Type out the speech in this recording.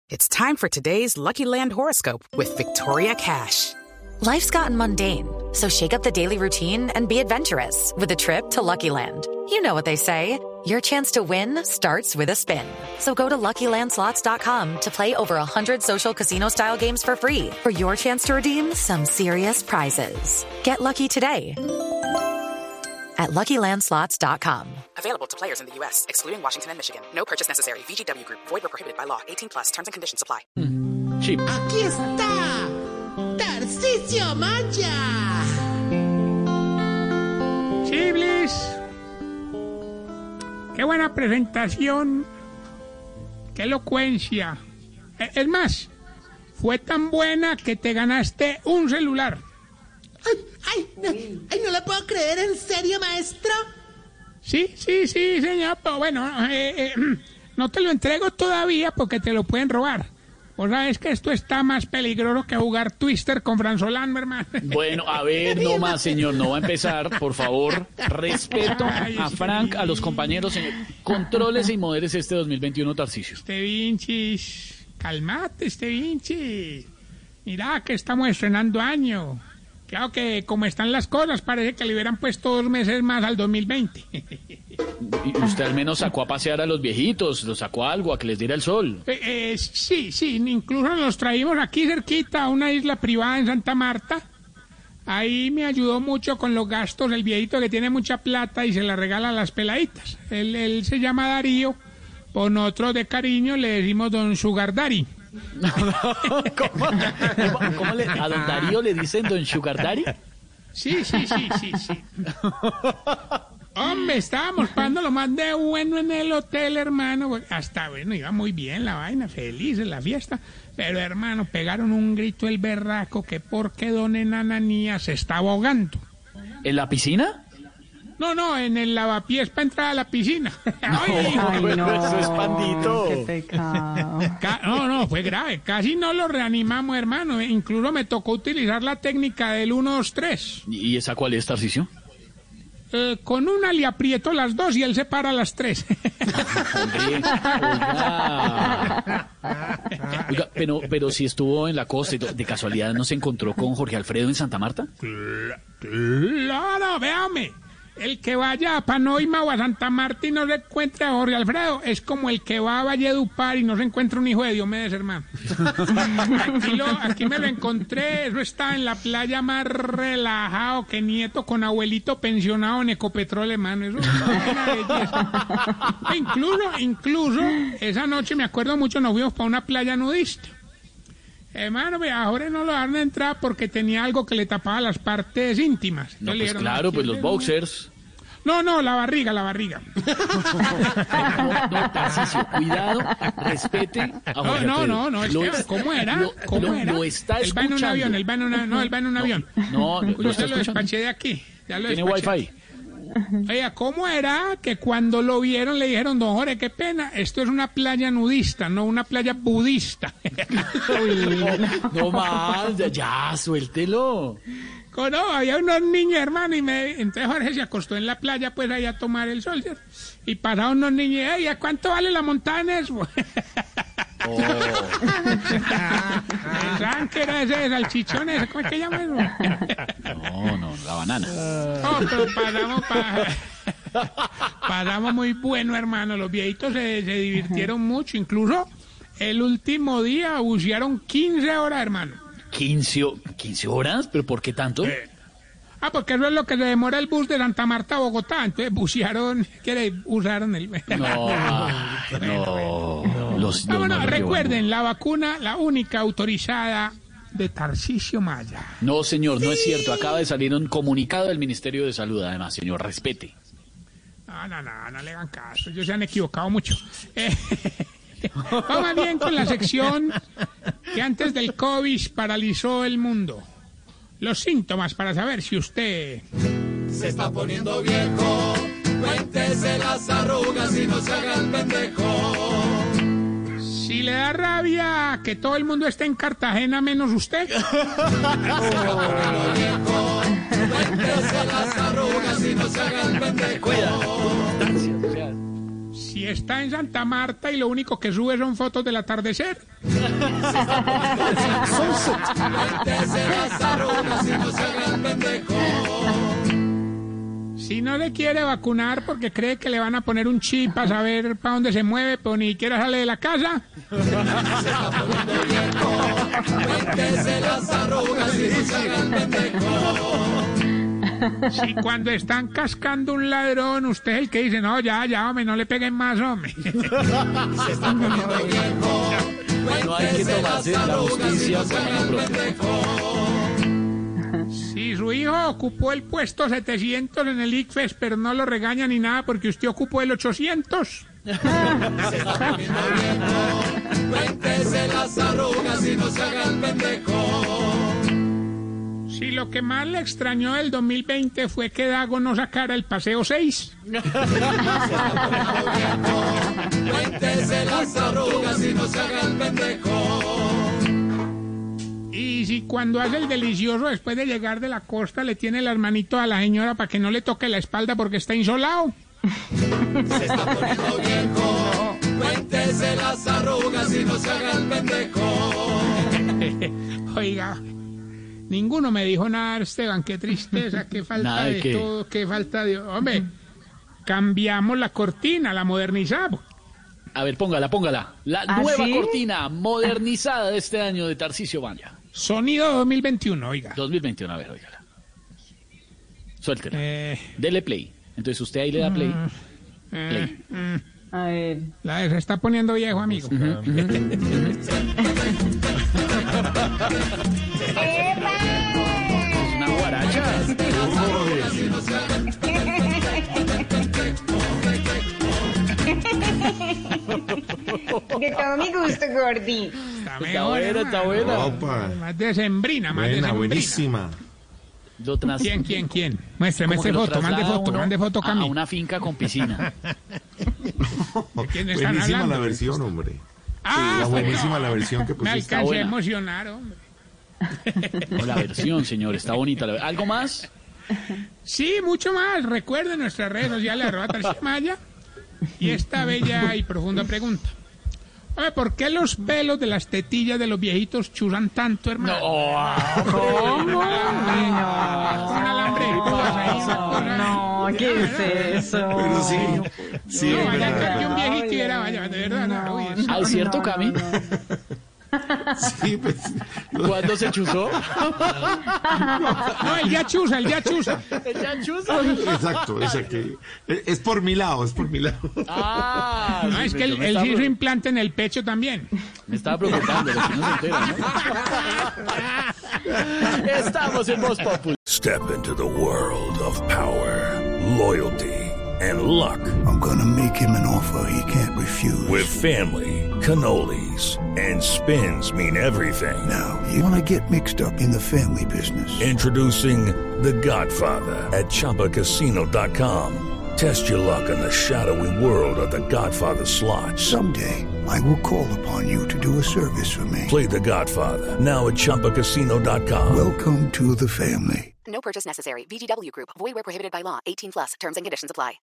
It's time for today's Lucky Land horoscope with Victoria Cash. Life's gotten mundane, so shake up the daily routine and be adventurous with a trip to Lucky Land. You know what they say, your chance to win starts with a spin. So go to LuckyLandSlots.com to play over 100 social casino-style games for free for your chance to redeem some serious prizes. Get lucky today at LuckyLandSlots.com. Available to players in the U.S., excluding Washington and Michigan. No purchase necessary. VGW Group. Void or prohibited by law. 18+. Terms and conditions apply. Chip. ¡Aquí está! ¡Tarcisio Maya! Chiblis, qué buena presentación, qué elocuencia. Es más, fue tan buena que te ganaste un celular. No le puedo creer, ¿en serio, maestro? Sí, señor, pero bueno, no te lo entrego todavía porque te lo pueden robar. Vos sabes que esto está más peligroso que jugar Twister con Franzolano, hermano. Bueno, a ver, no más, señor, no va a empezar, por favor. Respeto a Frank, a los compañeros, señor. Controles y modere este 2021, Tarcisio. Vinchis, calmate, Vinchis. Mira que estamos estrenando año. Claro que como están las cosas, parece que le hubieran puesto 2 meses más al 2020. Y usted al menos sacó a pasear a los viejitos, los sacó a algo, a que les diera el sol. Sí, incluso los traímos aquí cerquita a una isla privada en Santa Marta. Ahí me ayudó mucho con los gastos el viejito que tiene mucha plata y se la regala a las peladitas. Él se llama Darío, por nosotros de cariño le decimos Don Sugar Daddy. ¿Cómo a don Darío le dicen Don Sugar Daddy? Sí. Hombre, estábamos pagando lo más de bueno en el hotel, hermano. Hasta, bueno, iba muy bien la vaina, feliz en la fiesta. Pero, hermano, pegaron un grito el berraco que porque don Ananías se estaba ahogando. ¿En la piscina? No, en el lavapiés para entrar a la piscina. Eso es pandito. Qué pecado. No, fue grave. Casi no lo reanimamos, hermano. Incluso me tocó utilizar la técnica del 1, 2, 3. ¿Y esa cuál es, Tarcisio? Con una le aprieto las 2 y él se para las 3. Oiga, pero si estuvo en la costa, ¿de casualidad no se encontró con Jorge Alfredo en Santa Marta? Claro, véame. El que vaya a Panoima o a Santa Marta y no se encuentre a Jorge Alfredo es como el que va a Valledupar y no se encuentra un hijo de Diomedes, hermano. Aquí me lo encontré, eso está en la playa más relajado que nieto con abuelito pensionado en Ecopetrol, hermano. Eso es una belleza. Incluso, esa noche me acuerdo mucho, nos fuimos para una playa nudista. Hermano, ahora no lo dejaron entrar porque tenía algo que le tapaba las partes íntimas. No, pues claro, pues los boxers. No, la barriga. No, Tarcisio, cuidado, respete a Jorge Alfredo. No, ¿cómo era? Lo está escuchando. Él va en un avión. No, yo se lo despaché de aquí. ¿Tiene wifi? Oiga, ¿cómo era que cuando lo vieron le dijeron, don Jorge, qué pena, esto es una playa nudista, no una playa budista? No más, ya, suéltelo. No, había unos niños, hermano, entonces Jorge se acostó en la playa, pues, ahí a tomar el sol, ¿cierto? Y pasaron unos niños, ¿y a cuánto vale la montada en eso? Pensaban que era ese de salchichón, ¿cómo es que llama eso? No, la banana. No, pero pasamos muy bueno, hermano. Los viejitos se divirtieron mucho. Incluso el último día bucearon 15 horas, hermano. ¿15 horas? ¿Pero por qué tanto? Porque eso es lo que se demora el bus de Santa Marta a Bogotá. Entonces usaron el... No. Recuerden, la vacuna, la única autorizada de Tarcisio Maya. No, señor, no es cierto. Acaba de salir un comunicado del Ministerio de Salud, además, señor, respete. No le hagan caso. Ellos se han equivocado mucho. Vamos bien con la sección que antes del COVID paralizó el mundo. Los síntomas para saber si usted se está poniendo viejo. Cuéntese las arrugas y no se haga el pendejo. Si le da rabia que todo el mundo esté en Cartagena menos usted. Se está poniendo viejo. Cuéntese las arrugas y no se haga el pendejo. Si está en Santa Marta y lo único que sube son fotos del atardecer. Cuéntese las arrugas y no se haga el pendejo. Si no le quiere vacunar porque cree que le van a poner un chip para saber para dónde se mueve, pero ni siquiera sale de la casa. Cuéntese las arrugas y no se haga el pendejo. Si cuando están cascando un ladrón, usted es el que dice, no, ya, hombre, no le peguen más, hombre. Se está poniendo viejo. No hay que tomarse la justicia por mano propia. Si su hijo ocupó el puesto 700 en el ICFES, pero no lo regaña ni nada porque usted ocupó el 800. Se está poniendo viejo. Cuéntese las arrugas y no se haga el pendejo. Si lo que más le extrañó del 2020 fue que Dago no sacara el paseo 6. Cuéntese las arrugas y no se haga el pendejo. Y si cuando hace el delicioso después de llegar de la costa le tiene las manitos a la señora para que no le toque la espalda porque está insolado. Se está poniendo viejo. Cuéntese las arrugas y no se haga el pendejo. Oiga, ninguno me dijo nada, Esteban, qué tristeza, qué falta ¿Nada de de qué? todo, qué falta de... Hombre, cambiamos la cortina, la modernizamos. A ver, póngala. La ¿Ah, nueva sí? cortina modernizada de este año de Tarcisio Maya. Sonido 2021, oiga. 2021, a ver, óigala. Suéltela. Dele play. Entonces usted ahí le da play. Play. A ver. Se está poniendo viejo, amigo. Es una guaracha. De todo mi gusto, Gordi. Está buena, está buena. Opa. Más decembrina, más Buena, decembrina. buenísima. ¿Quién? Muestre foto, mande foto, a Cami. una finca con piscina. ¿De quién están Buenísima hablando? la versión, hombre. Ah, Buenísima la versión que me pusiste. alcancé a buena. emocionar, hombre. No, la versión, señor, está bonita. ¿Algo más? Sí, mucho más. Recuerden nuestras redes sociales, @TarcisioMaya. Y esta bella y profunda pregunta. Oye, ¿por qué los pelos de las tetillas de los viejitos chuzan tanto, hermano? ¿Cómo? Un alambre de púas ahí, una cosa. No, ¿qué es eso? Pero sí, No, es vaya verdad. que un viejito y era, vaya, de verdad, no, uy, eso. ¿Ah, es cierto, Cami? Sí, pues, ¿Cuándo se chuzó? No, el ya chuza. exacto. Es por mi lado. Ah, No, es que él sí hizo implante en el pecho también. Me estaba preocupando, lo que no se entera, ¿no? Estamos en Voz Populi. Step into the world of power, loyalty, and luck. I'm gonna make him an offer he can't refuse. With family, cannolis, and spins mean everything. Now, you wanna get mixed up in the family business. Introducing The Godfather at ChumbaCasino.com. Test your luck in the shadowy world of The Godfather slot. Someday, I will call upon you to do a service for me. Play The Godfather now at ChumbaCasino.com. Welcome to the family. No purchase necessary. VGW Group. Void where prohibited by law. 18+. Terms and conditions apply.